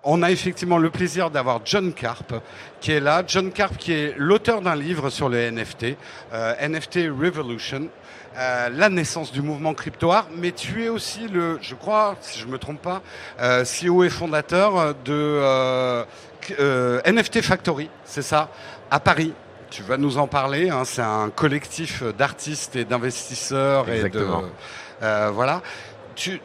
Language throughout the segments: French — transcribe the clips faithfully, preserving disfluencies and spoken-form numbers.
on a effectivement le plaisir d'avoir John Karp qui est là. John Karp qui est l'auteur d'un livre sur le N F T, euh, N F T Revolution, euh, la naissance du mouvement crypto-art. Mais tu es aussi le, je crois, si je me trompe pas, euh, C E O et fondateur de euh, euh, N F T Factory, c'est ça, à Paris. Tu vas nous en parler. Hein, c'est un collectif d'artistes et d'investisseurs. Exactement. Et de, euh, voilà. Tu,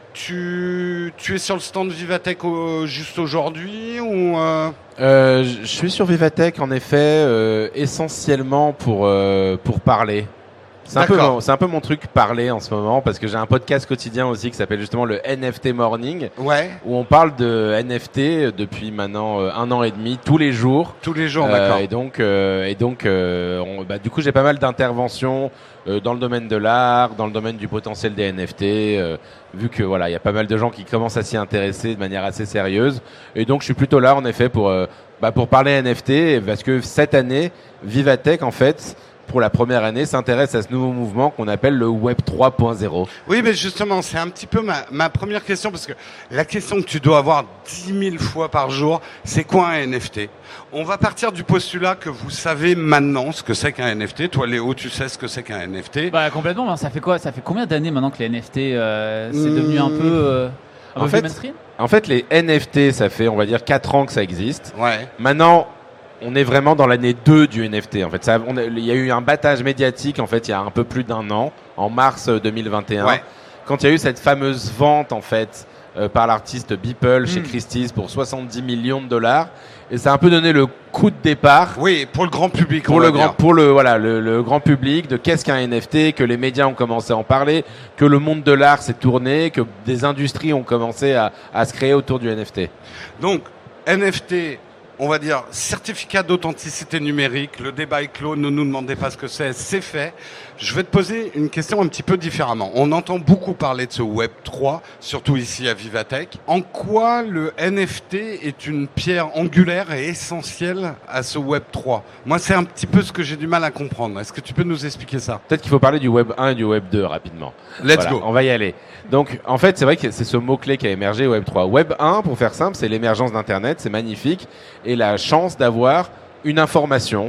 tu, tu es sur le stand Vivatech au, juste aujourd'hui ou euh... euh, Je suis sur Vivatech en effet, euh, essentiellement pour euh, pour parler. C'est un, peu mon, c'est un peu mon truc parler en ce moment parce que j'ai un podcast quotidien aussi qui s'appelle justement le N F T Morning, ouais. où on parle de N F T depuis maintenant euh, un an et demi, tous les jours. Tous les jours, euh, d'accord. Et donc, euh, et donc euh, on, bah, du coup, j'ai pas mal d'interventions euh, dans le domaine de l'art, dans le domaine du potentiel des N F T, euh, vu que voilà, il y a pas mal de gens qui commencent à s'y intéresser de manière assez sérieuse. Et donc, je suis plutôt là en effet pour, euh, bah, pour parler N F T parce que cette année, Vivatech en fait, pour la première année, s'intéresse à ce nouveau mouvement qu'on appelle le Web trois point zéro. Oui, mais justement, c'est un petit peu ma, ma première question, parce que la question que tu dois avoir dix mille fois par jour, c'est quoi un N F T ? On va partir du postulat que vous savez maintenant ce que c'est qu'un N F T. Toi, Léo, tu sais ce que c'est qu'un N F T ? Bah complètement. Ça fait quoi ? Ça fait combien d'années maintenant que les N F T euh, c'est mmh. devenu un peu, euh, un en peu fait, mainstream ? En fait, les N F T, ça fait, on va dire, quatre ans que ça existe. Ouais. Maintenant, on est vraiment dans l'année deux du N F T. En fait, ça, on a, il y a eu un battage médiatique en fait il y a un peu plus d'un an, en mars deux mille vingt et un, ouais. quand il y a eu cette fameuse vente en fait euh, par l'artiste Beeple mmh. chez Christie's pour soixante-dix millions de dollars, et ça a un peu donné le coup de départ. Oui, pour le grand public. Pour on le va grand, dire. pour le voilà le, le grand public de qu'est-ce qu'un N F T, que les médias ont commencé à en parler, que le monde de l'art s'est tourné, que des industries ont commencé à, à se créer autour du N F T. Donc N F T. On va dire certificat d'authenticité numérique, le débat est clos, ne nous demandez pas ce que c'est, c'est fait. Je vais te poser une question un petit peu différemment. On entend beaucoup parler de ce Web trois, surtout ici à Vivatech. En quoi le N F T est une pierre angulaire et essentielle à ce Web trois ? Moi, c'est un petit peu ce que j'ai du mal à comprendre. Est-ce que tu peux nous expliquer ça ? Peut-être qu'il faut parler du Web un et du Web deux rapidement. Let's voilà, go. On va y aller. Donc, en fait, c'est vrai que c'est ce mot-clé qui a émergé, Web trois. Web un, pour faire simple, c'est l'émergence d'Internet, c'est magnifique, et la chance d'avoir une information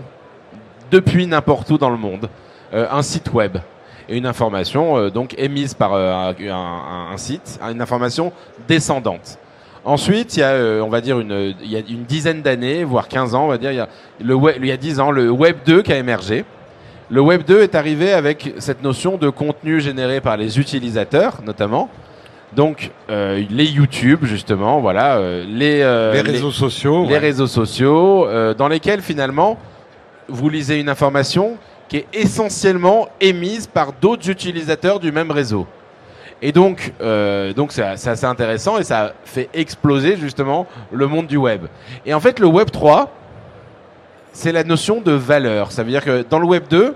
depuis n'importe où dans le monde, euh, un site web, et une information euh, donc émise par euh, un, un, un site, une information descendante. Ensuite, il y a, euh, on va dire, une, il y a une dizaine d'années, voire quinze ans, on va dire, il y a, le web, il y a dix ans, le Web deux qui a émergé. Le Web deux est arrivé avec cette notion de contenu généré par les utilisateurs, notamment. Donc, euh, les YouTube, justement, voilà, euh, les, euh, les réseaux les, sociaux, les ouais. réseaux sociaux, euh, dans lesquels finalement vous lisez une information qui est essentiellement émise par d'autres utilisateurs du même réseau. Et donc, euh, donc c'est, c'est assez intéressant et ça fait exploser justement le monde du web. Et en fait, le Web trois, c'est la notion de valeur. Ça veut dire que dans le Web deux,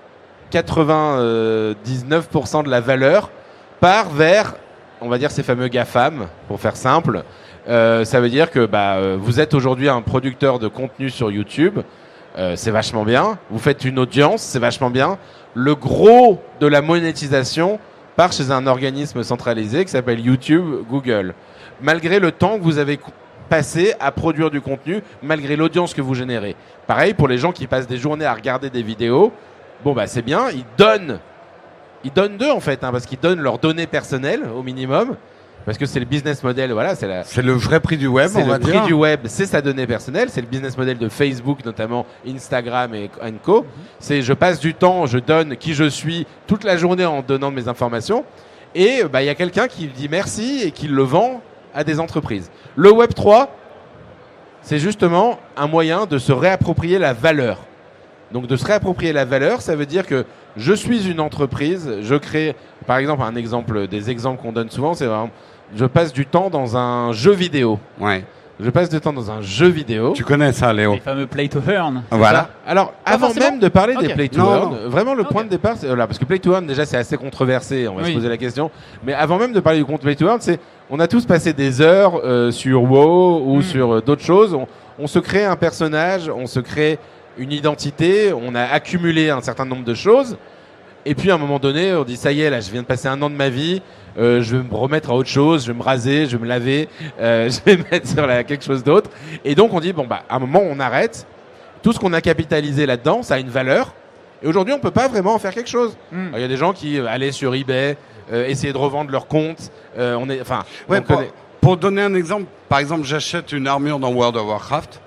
quatre-vingt-dix-neuf pour cent de la valeur part vers, on va dire, ces fameux GAFAM, pour faire simple. Euh, ça veut dire que bah, vous êtes aujourd'hui un producteur de contenu sur YouTube, euh, c'est vachement bien. Vous faites une audience, c'est vachement bien. Le gros de la monétisation part chez un organisme centralisé qui s'appelle YouTube, Google. Malgré le temps que vous avez passé à produire du contenu, malgré l'audience que vous générez. Pareil pour les gens qui passent des journées à regarder des vidéos. Bon bah c'est bien, ils donnent, ils donnent d'eux en fait, hein, parce qu'ils donnent leurs données personnelles au minimum, parce que c'est le business model, voilà, c'est la, c'est le vrai prix du web, c'est on va dire. Le prix du web, c'est sa donnée personnelle, c'est le business model de Facebook notamment, Instagram et co. Mm-hmm. C'est je passe du temps, je donne qui je suis toute la journée en donnant de mes informations, et bah il y a quelqu'un qui dit merci et qui le vend à des entreprises. Le Web trois, c'est justement un moyen de se réapproprier la valeur. Donc de se réapproprier la valeur, ça veut dire que je suis une entreprise, je crée, par exemple, un exemple, des exemples qu'on donne souvent, c'est vraiment, je passe du temps dans un jeu vidéo. Ouais. Je passe du temps dans un jeu vidéo. Tu connais ça, Léo? Les fameux play to earn. Voilà. Ça. Alors, Pas avant forcément. même de parler Okay. des play to non, earn, non. vraiment le Okay. point de départ, c'est là, parce que play to earn, déjà, c'est assez controversé. On va oui. se poser la question. Mais avant même de parler du compte play to earn, c'est, on a tous passé des heures euh, sur WoW ou mm. sur euh, d'autres choses. On, on se crée un personnage, on se crée une identité, on a accumulé un certain nombre de choses. Et puis à un moment donné, on dit ça y est, là, je viens de passer un an de ma vie, euh, je vais me remettre à autre chose, je vais me raser, je vais me laver, euh, je vais me mettre sur la, quelque chose d'autre. Et donc on dit bon bah à un moment on arrête. Tout ce qu'on a capitalisé là-dedans, ça a une valeur. Et aujourd'hui, on peut pas vraiment en faire quelque chose. Il mm. y a des gens qui euh, allaient sur eBay, euh, essayer de revendre leur compte. Euh, on est, enfin, ouais, pour, connaît... pour donner un exemple, par exemple, j'achète une armure dans World of Warcraft.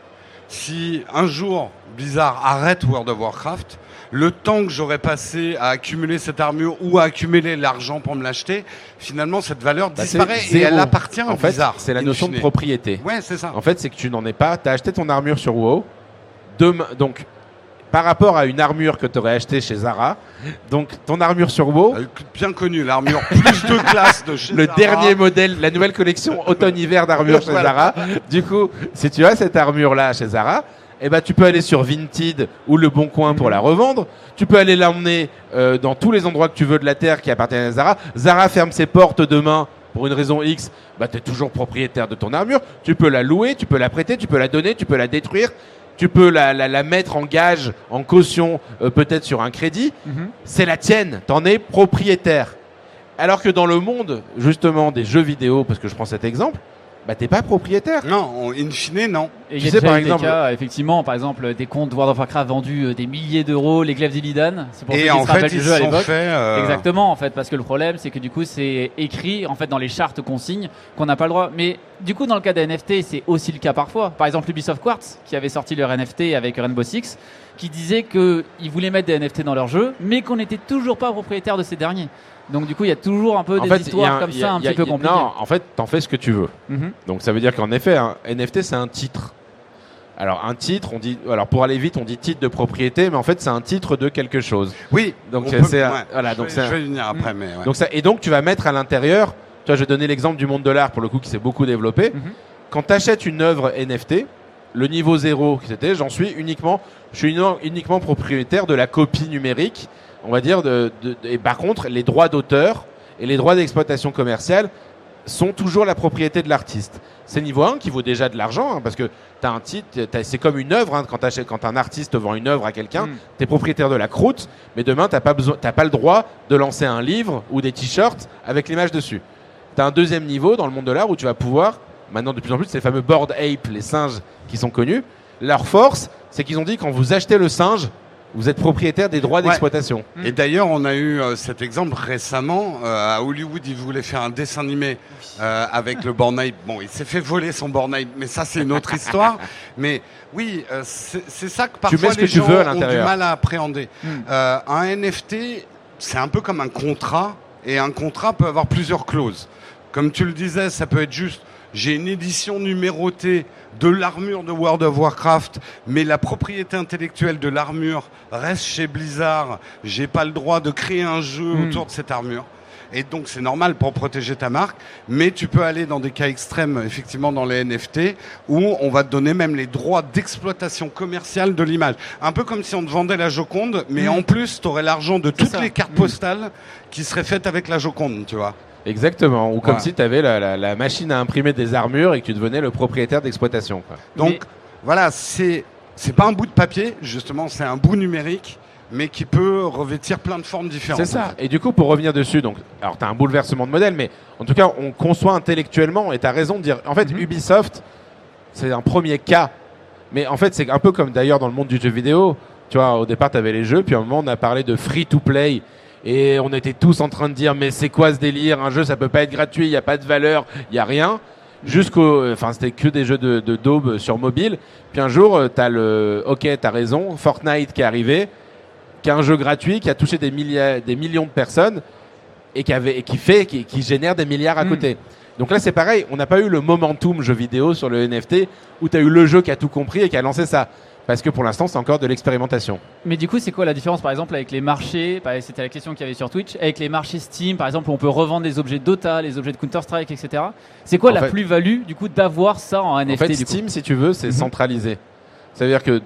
Si un jour Blizzard arrête World of Warcraft, le temps que j'aurais passé à accumuler cette armure ou à accumuler l'argent pour me l'acheter, finalement cette valeur bah disparaît et elle appartient à Blizzard. C'est la notion de propriété. Ouais, c'est ça. En fait, c'est que tu n'en es pas. Tu as acheté ton armure sur WoW. Demain, donc, par rapport à une armure que tu aurais achetée chez Zara, donc ton armure sur WoW, bien connue, l'armure plus de classe de chez le Zara. dernier modèle, la nouvelle collection automne-hiver d'armure chez voilà. Zara. Du coup, si tu as cette armure-là chez Zara, eh ben, tu peux aller sur Vinted ou Le Bon Coin pour la revendre. Tu peux aller l'emmener euh, dans tous les endroits que tu veux de la Terre qui appartiennent à Zara. Zara ferme ses portes demain. Pour une raison X, bah, tu es toujours propriétaire de ton armure. Tu peux la louer, tu peux la prêter, tu peux la donner, tu peux la détruire. Tu peux la, la, la mettre en gage, en caution, euh, peut-être sur un crédit. Mm-hmm. C'est la tienne. T'en es propriétaire. Alors que dans le monde, justement, des jeux vidéo, parce que je prends cet exemple, bah t'es pas propriétaire. Non, in fine, non. Et il y a déjà par exemple, des cas, effectivement, par exemple, des comptes World of Warcraft vendus euh, des milliers d'euros, les glaives d'Illidan. C'est pour et ça en se fait, ils du jeu à l'époque. Fait, euh... Exactement, en fait, parce que le problème, c'est que du coup, c'est écrit en fait dans les chartes consignes qu'on n'a pas le droit. Mais du coup, dans le cas des N F T, c'est aussi le cas parfois. Par exemple, Ubisoft Quartz, qui avait sorti leur N F T avec Rainbow Six, qui disait qu'ils voulaient mettre des N F T dans leur jeu, mais qu'on n'était toujours pas propriétaire de ces derniers. Donc du coup, il y a toujours un peu en des fait, histoires un, comme ça, a, un petit peu compliquées. Non, en fait, t'en fais ce que tu veux. Mm-hmm. Donc ça veut dire qu'en effet, un N F T, c'est un titre. Alors un titre, on dit, alors pour aller vite, on dit titre de propriété, mais en fait, c'est un titre de quelque chose. Oui. Donc c'est, c'est ouais, voilà. Je donc vais, c'est je vais venir après, mais ouais. Donc ça, et donc tu vas mettre à l'intérieur. Tu vois, je vais donner l'exemple du monde de l'art pour le coup qui s'est beaucoup développé. Mm-hmm. Quand tu achètes une œuvre N F T, le niveau zéro qui c'était, j'en suis uniquement, je suis uniquement propriétaire de la copie numérique, on va dire. De, de, de, et par contre, les droits d'auteur et les droits d'exploitation commerciale sont toujours la propriété de l'artiste. C'est niveau un qui vaut déjà de l'argent, hein, parce que tu as un titre, t'as, c'est comme une œuvre, hein, quand, quand un artiste vend une œuvre à quelqu'un, mm. tu es propriétaire de la croûte, mais demain, tu n'as pas, pas le droit de lancer un livre ou des t-shirts avec l'image dessus. Tu as un deuxième niveau dans le monde de l'art où tu vas pouvoir, maintenant de plus en plus, c'est les fameux Bored Ape, les singes qui sont connus. Leur force, c'est qu'ils ont dit quand vous achetez le singe, vous êtes propriétaire des droits ouais. d'exploitation. Et d'ailleurs, on a eu euh, cet exemple récemment. Euh, à Hollywood, il voulait faire un dessin animé euh, avec le Bored Ape. Bon, il s'est fait voler son Bored Ape, mais ça, c'est une autre histoire. Mais oui, euh, c'est, c'est ça que parfois que les gens veux à ont du l'intérieur. mal à appréhender. Mm. Euh, un N F T, c'est un peu comme un contrat, et un contrat peut avoir plusieurs clauses. Comme tu le disais, ça peut être juste j'ai une édition numérotée de l'armure de World of Warcraft, mais la propriété intellectuelle de l'armure reste chez Blizzard. J'ai pas le droit de créer un jeu mmh. autour de cette armure. Et donc c'est normal pour protéger ta marque, mais tu peux aller dans des cas extrêmes, effectivement dans les N F T, où on va te donner même les droits d'exploitation commerciale de l'image. Un peu comme si on te vendait la Joconde, mais mmh. en plus tu aurais l'argent de toutes les cartes postales mmh. qui seraient faites avec la Joconde, tu vois. Exactement, ou comme ouais. si tu avais la, la, la machine à imprimer des armures et que tu devenais le propriétaire d'exploitation. Quoi. Donc mais... voilà, c'est c'est pas un bout de papier, justement, c'est un bout numérique, mais qui peut revêtir plein de formes différentes. C'est ça. En fait. Et du coup, pour revenir dessus, donc, alors tu as un bouleversement de modèle, mais en tout cas, on conçoit intellectuellement, et tu as raison de dire, en fait, mm-hmm. Ubisoft, c'est un premier cas, mais en fait, c'est un peu comme d'ailleurs dans le monde du jeu vidéo. Tu vois, au départ, tu avais les jeux, puis à un moment, on a parlé de free-to-play. Et on était tous en train de dire mais c'est quoi ce délire, un jeu ça peut pas être gratuit, il y a pas de valeur, il y a rien. Jusqu'au, enfin c'était que des jeux de, de daube sur mobile. Puis un jour t'as le, ok t'as raison, Fortnite qui est arrivé, qui est un jeu gratuit, qui a touché des milliards, des millions de personnes et qui avait, et qui fait, qui, qui génère des milliards à côté. Mmh. Donc là c'est pareil, on n'a pas eu le momentum jeu vidéo sur le N F T où t'as eu le jeu qui a tout compris et qui a lancé ça. Parce que pour l'instant, c'est encore de l'expérimentation. Mais du coup, c'est quoi la différence, par exemple, avec les marchés ? C'était la question qu'il y avait sur Twitch. Avec les marchés Steam, par exemple, où on peut revendre les objets Dota, les objets de Counter-Strike, et cetera. C'est quoi en la fait, plus-value, du coup, d'avoir ça en N F T ? En fait, du Steam, coup si tu veux, c'est mm-hmm. centralisé. Ça veut dire que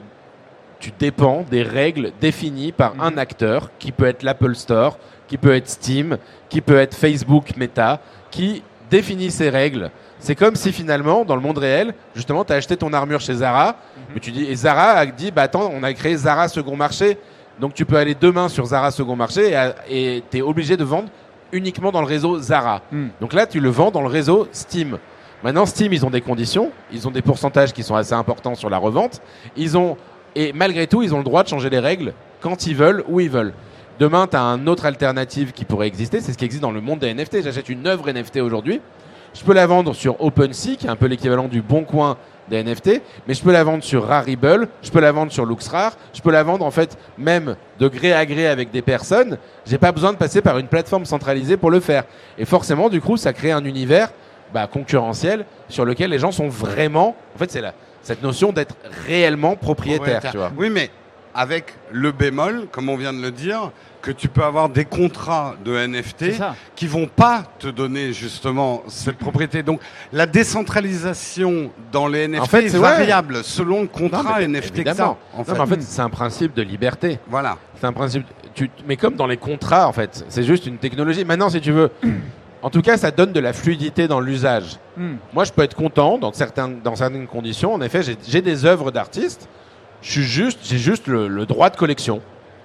tu dépends des règles définies par mm-hmm. un acteur, qui peut être l'Apple Store, qui peut être Steam, qui peut être Facebook, Meta, qui définit ces règles. C'est comme si finalement, dans le monde réel, justement, tu as acheté ton armure chez Zara, mm-hmm. mais tu dis, et Zara a dit, bah attends, on a créé Zara Second Marché, Donc tu peux aller demain sur Zara second marché et tu es obligé de vendre uniquement dans le réseau Zara. Mm. Donc là, tu le vends dans le réseau Steam. Maintenant, Steam, ils ont des conditions, ils ont des pourcentages qui sont assez importants sur la revente. Ils ont, et malgré tout, ils ont le droit de changer les règles quand ils veulent, où ils veulent. Demain, tu as une autre alternative qui pourrait exister, c'est ce qui existe dans le monde des N F T. J'achète une œuvre N F T aujourd'hui, je peux la vendre sur OpenSea, qui est un peu l'équivalent du Bon Coin des N F T, mais je peux la vendre sur Rarible, je peux la vendre sur LuxRare, je peux la vendre en fait même de gré à gré avec des personnes. J'ai pas besoin de passer par une plateforme centralisée pour le faire. Et forcément, du coup, ça crée un univers bah, concurrentiel sur lequel les gens sont vraiment. En fait, c'est la, cette notion d'être réellement propriétaire. Tu vois. Oui, mais avec le bémol, comme on vient de le dire, que tu peux avoir des contrats de N F T qui vont pas te donner justement cette propriété. Donc la décentralisation dans les N F T en fait, est, est variable ouais. selon le contrat non, N F T que ça. En non, fait, mais en fait c'est un principe de liberté. Voilà. C'est un principe. Tu, mais comme dans les contrats, en fait, c'est juste une technologie. Maintenant, si tu veux, en tout cas, ça donne de la fluidité dans l'usage. Mm. Moi, je peux être content dans certaines dans certaines conditions. En effet, j'ai, j'ai des œuvres d'artistes. Je suis juste, j'ai juste le, le droit de collection.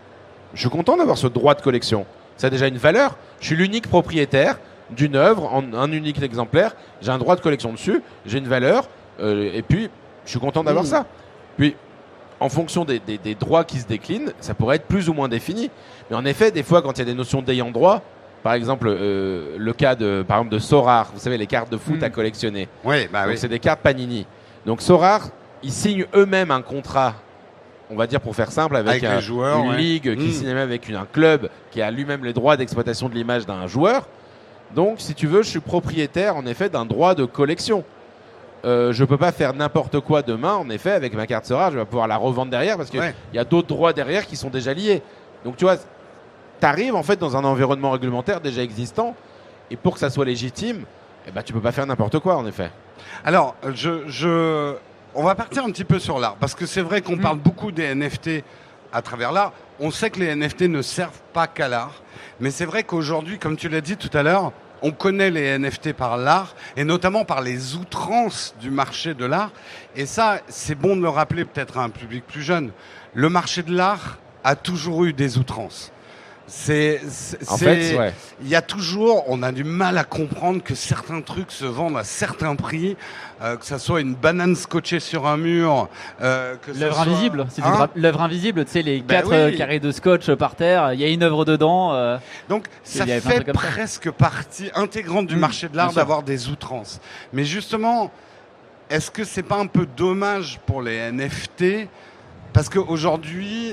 Je suis content d'avoir ce droit de collection. Ça a déjà une valeur. Je suis l'unique propriétaire d'une œuvre, en un unique exemplaire. J'ai un droit de collection dessus. J'ai une valeur. Euh, et puis, je suis content d'avoir mmh. ça. Puis, en fonction des, des, des droits qui se déclinent, ça pourrait être plus ou moins défini. Mais en effet, des fois, quand il y a des notions d'ayant droit, par exemple, euh, le cas de, par exemple, de Sorare, vous savez, les cartes de foot mmh. à collectionner. Oui, bah Donc, oui. c'est des cartes Panini. Donc, Sorare, ils signent eux-mêmes un contrat, on va dire pour faire simple, avec, avec un, joueurs, une ouais. ligue qui mmh. signe même avec une, un club qui a lui-même les droits d'exploitation de l'image d'un joueur. Donc, si tu veux, je suis propriétaire, en effet, d'un droit de collection. Euh, je ne peux pas faire n'importe quoi demain, en effet, avec ma carte Sorare, je vais pouvoir la revendre derrière parce qu'il ouais. y a d'autres droits derrière qui sont déjà liés. Donc, tu vois, tu arrives en fait dans un environnement réglementaire déjà existant et pour que ça soit légitime, eh ben, tu ne peux pas faire n'importe quoi, en effet. Alors, je... je... on va partir un petit peu sur l'art, parce que c'est vrai qu'on mmh. parle beaucoup des N F T à travers l'art. On sait que les N F T ne servent pas qu'à l'art, mais c'est vrai qu'aujourd'hui, comme tu l'as dit tout à l'heure, on connaît les N F T par l'art, et notamment par les outrances du marché de l'art. Et ça, c'est bon de le rappeler peut-être à un public plus jeune. Le marché de l'art a toujours eu des outrances. C'est, c'est, en fait, ouais. Il y a toujours, on a du mal à comprendre que certains trucs se vendent à certains prix, euh, que ça soit une banane scotchée sur un mur, euh, que l'œuvre soit... invisible, c'est hein dra- l'œuvre invisible, tu sais les ben quatre oui. carrés de scotch par terre, il y a une œuvre dedans. Euh, Donc ça fait presque ça. partie intégrante du mmh, marché de l'art d'avoir des outrances. Mais justement, est-ce que c'est pas un peu dommage pour les N F T parce qu'aujourd'hui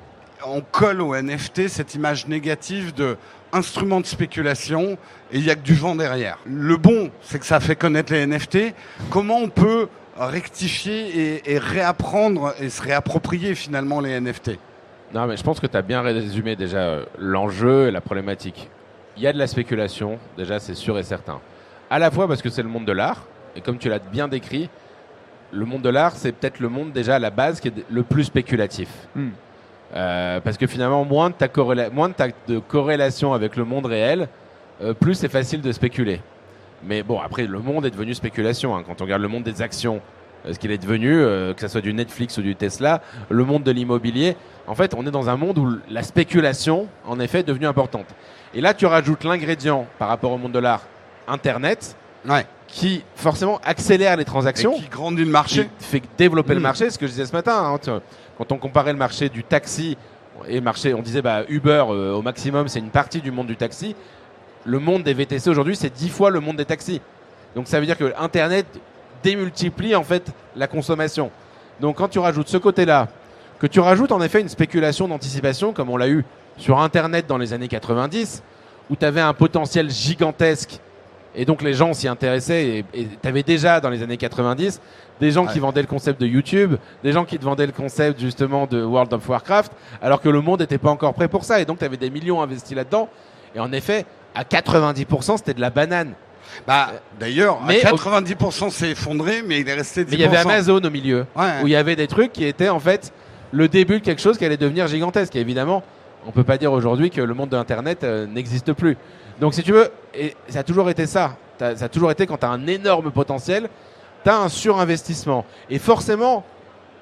on colle au N F T cette image négative de instrument de spéculation et il n'y a que du vent derrière. Le bon, c'est que ça fait connaître les N F T. Comment on peut rectifier et, et réapprendre et se réapproprier finalement les N F T ? Non, mais je pense que tu as bien résumé déjà euh, l'enjeu et la problématique. Il y a de la spéculation, déjà c'est sûr et certain. À la fois parce que c'est le monde de l'art, et comme tu l'as bien décrit, le monde de l'art, c'est peut-être le monde déjà à la base qui est le plus spéculatif. Mm. Euh, parce que finalement, moins de ta, corréla- moins de, ta de corrélation avec le monde réel, euh, plus c'est facile de spéculer. Mais bon, après, le monde est devenu spéculation. Hein. Quand on regarde le monde des actions, euh, ce qu'il est devenu, euh, que ce soit du Netflix ou du Tesla, le monde de l'immobilier, en fait, on est dans un monde où la spéculation, en effet, est devenue importante. Et là, tu rajoutes l'ingrédient par rapport au monde de l'art, Internet, ouais. qui forcément accélère les transactions. Et qui grandit le marché. Qui fait développer mmh. le marché, ce que je disais ce matin. Hein, tu vois. Quand on comparait le marché du taxi et le marché, on disait bah, Uber euh, au maximum, c'est une partie du monde du taxi. Le monde des V T C aujourd'hui, c'est dix fois le monde des taxis. Donc ça veut dire que Internet démultiplie en fait la consommation. Donc quand tu rajoutes ce côté-là, que tu rajoutes en effet une spéculation d'anticipation comme on l'a eu sur Internet dans les années quatre-vingt-dix, où tu avais un potentiel gigantesque et donc les gens s'y intéressaient et tu avais déjà dans les années quatre-vingt-dix des gens ouais. qui vendaient le concept de YouTube, des gens qui te vendaient le concept justement de World of Warcraft, alors que le monde n'était pas encore prêt pour ça. Et donc tu avais des millions investis là-dedans. Et en effet, à quatre-vingt-dix pour cent, c'était de la banane. Bah, d'ailleurs, mais à quatre-vingt-dix pour cent c'est effondré, mais il est resté dix pour cent. Mais il y avait Amazon au milieu, ouais. où il y avait des trucs qui étaient en fait le début de quelque chose qui allait devenir gigantesque. Et évidemment, on ne peut pas dire aujourd'hui que le monde de Internet euh, n'existe plus. Donc si tu veux, et ça a toujours été ça. Ça a toujours été quand tu as un énorme potentiel, tu as un surinvestissement. Et forcément,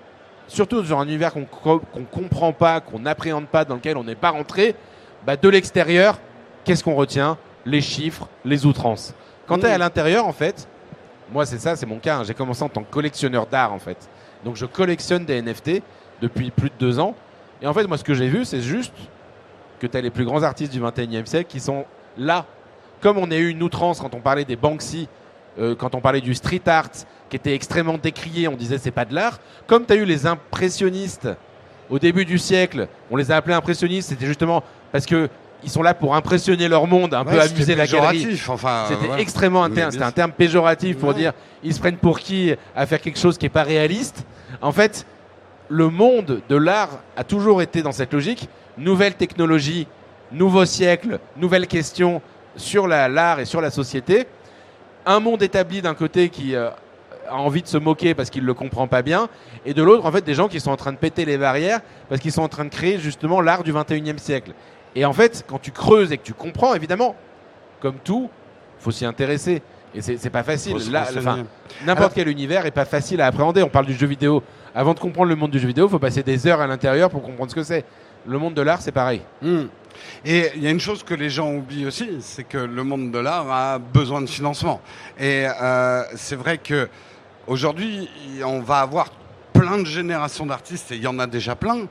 surtout sur un univers qu'on co- qu'on comprend pas, qu'on n'appréhende pas, dans lequel on n'est pas rentré, bah, de l'extérieur, qu'est-ce qu'on retient? Les chiffres, les outrances. Quand mmh. tu es à l'intérieur, en fait, moi c'est ça, c'est mon cas, hein, j'ai commencé en tant que collectionneur d'art, en fait. Donc je collectionne des N F T depuis plus de deux ans. Et en fait, moi ce que j'ai vu, c'est juste que tu as les plus grands artistes du vingt et unième siècle qui sont là. Comme on a eu une outrance quand on parlait des Banksy, euh, quand on parlait du street art, qui était extrêmement décrié, on disait c'est pas de l'art. Comme tu as eu les impressionnistes au début du siècle, on les a appelés impressionnistes, c'était justement parce que ils sont là pour impressionner leur monde, un ouais, peu amuser la galerie. Enfin, c'était ouais. extrêmement interne, c'était un terme péjoratif pour ouais. dire ils se prennent pour qui à faire quelque chose qui n'est pas réaliste. En fait, le monde de l'art a toujours été dans cette logique. Nouvelle technologie, nouveau siècle, nouvelles questions sur la, l'art et sur la société. Un monde établi d'un côté qui euh, a envie de se moquer parce qu'il ne le comprend pas bien, et de l'autre, en fait, des gens qui sont en train de péter les barrières parce qu'ils sont en train de créer justement l'art du vingt et unième siècle. Et en fait, quand tu creuses et que tu comprends, évidemment, comme tout, il faut s'y intéresser. Et c'est, c'est pas facile. Là, enfin, n'importe Alors, quel univers est pas facile à appréhender. On parle du jeu vidéo. Avant de comprendre le monde du jeu vidéo, il faut passer des heures à l'intérieur pour comprendre ce que c'est. Le monde de l'art, c'est pareil. Mmh. Et il y a une chose que les gens oublient aussi, c'est que le monde de l'art a besoin de financement. Et euh, c'est vrai que aujourd'hui, on va avoir plein de générations d'artistes, et il y en a déjà plein,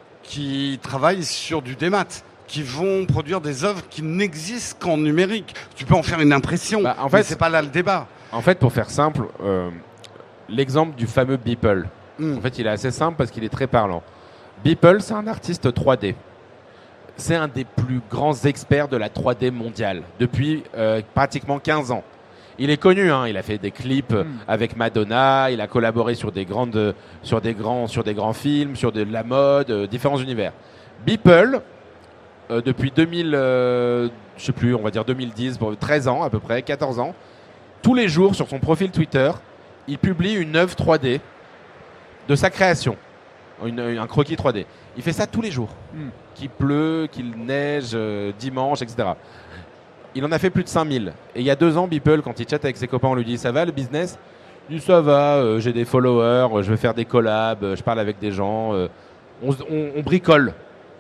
qui travaillent sur du démat, qui vont produire des œuvres qui n'existent qu'en numérique. Tu peux en faire une impression, bah, en fait, mais c'est pas là le débat. En fait, pour faire simple, euh, l'exemple du fameux Beeple, mm. en fait, il est assez simple parce qu'il est très parlant. Beeple, c'est un artiste trois D. C'est un des plus grands experts de la trois D mondiale depuis euh, pratiquement quinze ans. Il est connu, hein, il a fait des clips mm. avec Madonna, il a collaboré sur des, grandes, sur des, grands, sur des grands films, sur de la mode, euh, différents univers. Beeple, euh, depuis deux mille, euh, je sais plus, on va dire deux mille dix, pour treize ans à peu près, quatorze ans, tous les jours sur son profil Twitter, il publie une œuvre trois D de sa création, une, un croquis trois D. Il fait ça tous les jours, mm. qu'il pleut, qu'il neige, euh, dimanche, et cetera. Il en a fait plus de cinq mille. Et il y a deux ans, Beeple, quand il chatte avec ses copains, on lui dit « Ça va le business ?» Il dit « Ça va, euh, j'ai des followers, euh, je vais faire des collabs, euh, je parle avec des gens, euh, on, on, on bricole. »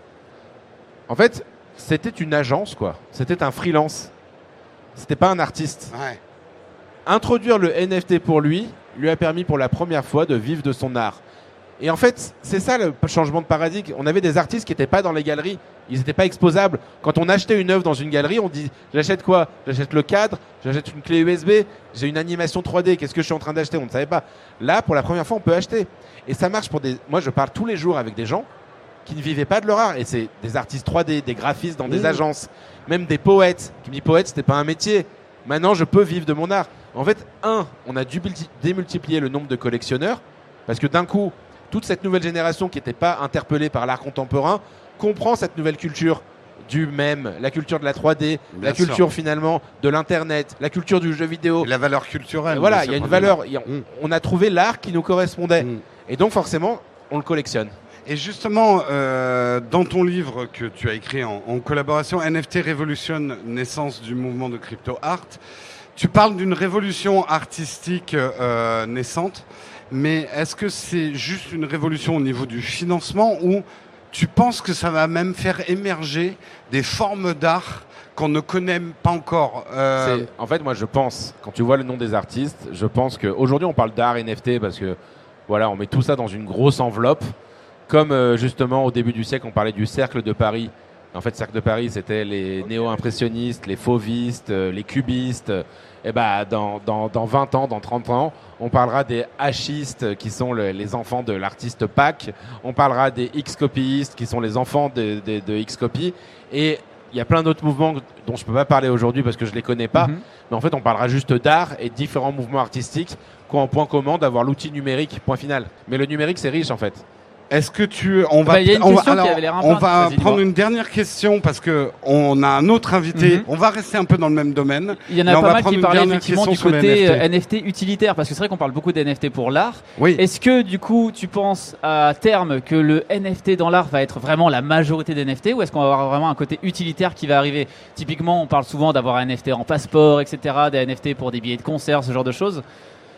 En fait, c'était une agence, quoi. C'était un freelance. C'était pas un artiste. Ouais. Introduire le N F T pour lui, lui a permis pour la première fois de vivre de son art. Et en fait, c'est ça le changement de paradigme. On avait des artistes qui n'étaient pas dans les galeries. Ils n'étaient pas exposables. Quand on achetait une œuvre dans une galerie, on dit « J'achète quoi ? J'achète le cadre, j'achète une clé U S B, j'ai une animation trois D, qu'est-ce que je suis en train d'acheter ?» On ne savait pas. Là, pour la première fois, on peut acheter. Et ça marche pour des... Moi, je parle tous les jours avec des gens qui ne vivaient pas de leur art. Et c'est des artistes trois D, des graphistes dans mmh. des agences, même des poètes qui me disent « Poète, c'était pas un métier. Maintenant, je peux vivre de mon art. » En fait, un, on a dû démultiplier le nombre de collectionneurs parce que d'un coup, toute cette nouvelle génération qui n'était pas interpellée par l'art contemporain comprend cette nouvelle culture du mème, la culture de la trois D, Bien la sûr. culture finalement de l'internet, la culture du jeu vidéo. Et la valeur culturelle. Et voilà, il y a une valeur. Y a, on, mm. on a trouvé l'art qui nous correspondait. Mm. Et donc forcément, on le collectionne. Et justement, euh, dans ton livre que tu as écrit en, en collaboration, N F T Revolution, naissance du mouvement de crypto art, tu parles d'une révolution artistique euh, naissante. Mais est-ce que c'est juste une révolution au niveau du financement ou tu penses que ça va même faire émerger des formes d'art qu'on ne connaît pas encore euh... En fait, moi, je pense, quand tu vois le nom des artistes, je pense qu'aujourd'hui, on parle d'art N F T parce que, voilà, on met tout ça dans une grosse enveloppe. Comme, euh, justement, au début du siècle, on parlait du Cercle de Paris. En fait, Cercle de Paris, c'était les néo-impressionnistes, les fauvistes, euh, les cubistes. Et bah, dans, dans, dans vingt ans, dans trente ans, on parlera des hachistes qui sont le, les enfants de l'artiste Pac. On parlera des X-copyistes qui sont les enfants de, de, de X-copy. Et il y a plein d'autres mouvements dont je ne peux pas parler aujourd'hui parce que je ne les connais pas. Mm-hmm. Mais en fait, on parlera juste d'art et de différents mouvements artistiques qui ont en point commun d'avoir l'outil numérique, point final. Mais le numérique, c'est riche en fait. Est-ce que tu on va bah, y a une on va, alors, qui avait l'air on va prendre une dernière question parce que on a un autre invité. Mm-hmm. On va rester un peu dans le même domaine. Il y en a pas mal qui parlaient effectivement du côté N F T. N F T utilitaire parce que c'est vrai qu'on parle beaucoup des N F T pour l'art. Oui. Est-ce que du coup tu penses à terme que le N F T dans l'art va être vraiment la majorité des N F T ou est-ce qu'on va avoir vraiment un côté utilitaire qui va arriver? Typiquement, on parle souvent d'avoir un N F T en passeport, et cetera, des N F T pour des billets de concert, ce genre de choses.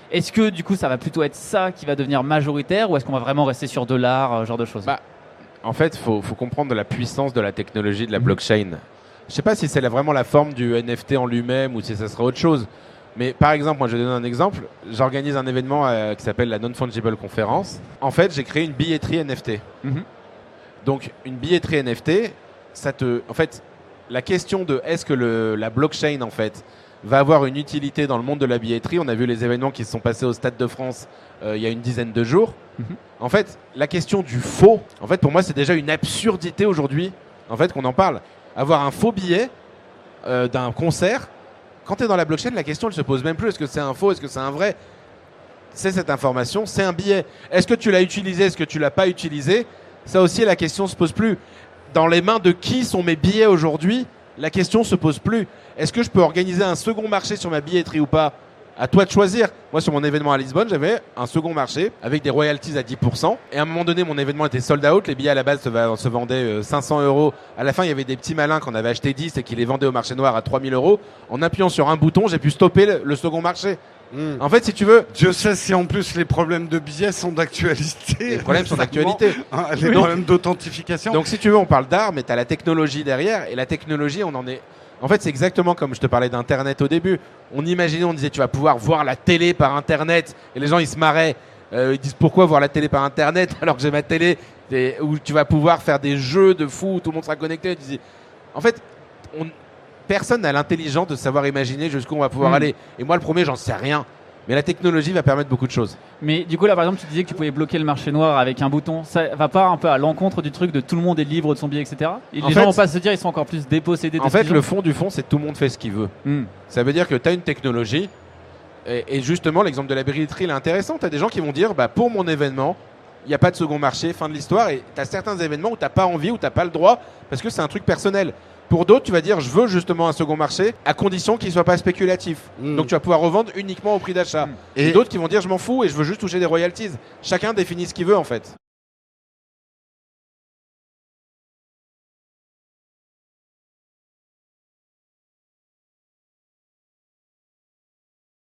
Est-ce que du coup ça va plutôt être ça qui va devenir majoritaire ou est-ce qu'on va vraiment rester sur de l'art, euh, genre de choses? Bah, en fait, il faut, faut comprendre la puissance de la technologie de la blockchain. Je sais pas si c'est la- vraiment la forme du N F T en lui-même ou si ça sera autre chose. Mais par exemple, moi je vais donner un exemple. J'organise un événement euh, qui s'appelle la Non-Fungible Conference. En fait, j'ai créé une billetterie N F T. Mhm. Donc une billetterie N F T, ça te, en fait, la question de est-ce que le, la blockchain en fait va avoir une utilité dans le monde de la billetterie. On a vu les événements qui se sont passés au Stade de France euh, il y a une dizaine de jours. Mhm. En fait, la question du faux, en fait, pour moi, c'est déjà une absurdité aujourd'hui, en fait, qu'on en parle. Avoir un faux billet euh, d'un concert, quand tu es dans la blockchain, la question ne se pose même plus. Est-ce que c'est un faux, est-ce que c'est un vrai? C'est cette information, c'est un billet. Est-ce que tu l'as utilisé, est-ce que tu l'as pas utilisé? Ça aussi, la question se pose plus. Dans les mains de qui sont mes billets aujourd'hui? La question se pose plus. Est-ce que je peux organiser un second marché sur ma billetterie ou pas? À toi de choisir. Moi, sur mon événement à Lisbonne, j'avais un second marché avec des royalties à dix pour cent. Et à un moment donné, mon événement était sold out. Les billets à la base se, va- se vendaient euh, cinq cents euros. À la fin, il y avait des petits malins qu'on avait acheté dix et qui les vendaient au marché noir à trois mille euros. En appuyant sur un bouton, j'ai pu stopper le, le second marché. Mm. En fait, si tu veux, Dieu sait si en plus les problèmes de billets sont d'actualité. les problèmes sont d'actualité. Hein, les Oui. problèmes d'authentification. Donc si tu veux, on parle d'art, mais tu as la technologie derrière. Et la technologie, on en est... En fait, c'est exactement comme je te parlais d'Internet au début. On imaginait, on disait, tu vas pouvoir voir la télé par Internet. Et les gens, ils se marraient. Euh, ils disent, pourquoi voir la télé par Internet alors que j'ai ma télé et où tu vas pouvoir faire des jeux de fou, où tout le monde sera connecté. Ils disaient... En fait, on... personne n'a l'intelligence de savoir imaginer jusqu'où on va pouvoir Mm. aller. Et moi, le premier, j'en sais rien. Mais la technologie va permettre beaucoup de choses. Mais du coup, là, par exemple, tu disais que tu pouvais bloquer le marché noir avec un bouton. Ça va pas un peu à l'encontre du truc de tout le monde est libre de son billet, et cetera. Et En les fait- gens vont pas se dire ils sont encore plus dépossédés de En ce fait, qu'ils le ont. fond du fond, c'est que tout le monde fait ce qu'il veut. Hmm. Ça veut dire que tu as une technologie. Et, et justement, l'exemple de la billetterie, il est intéressant. Tu as des gens qui vont dire, bah, pour mon événement, il n'y a pas de second marché, fin de l'histoire. Et tu as certains événements où tu n'as pas envie, où tu n'as pas le droit, parce que c'est un truc personnel. Pour d'autres, tu vas dire, je veux justement un second marché, à condition qu'il ne soit pas spéculatif. Mm. Donc tu vas pouvoir revendre uniquement au prix d'achat. Mm. Et, Et- d'autres qui vont dire, je m'en fous et je veux juste toucher des royalties. Chacun définit ce qu'il veut, en fait.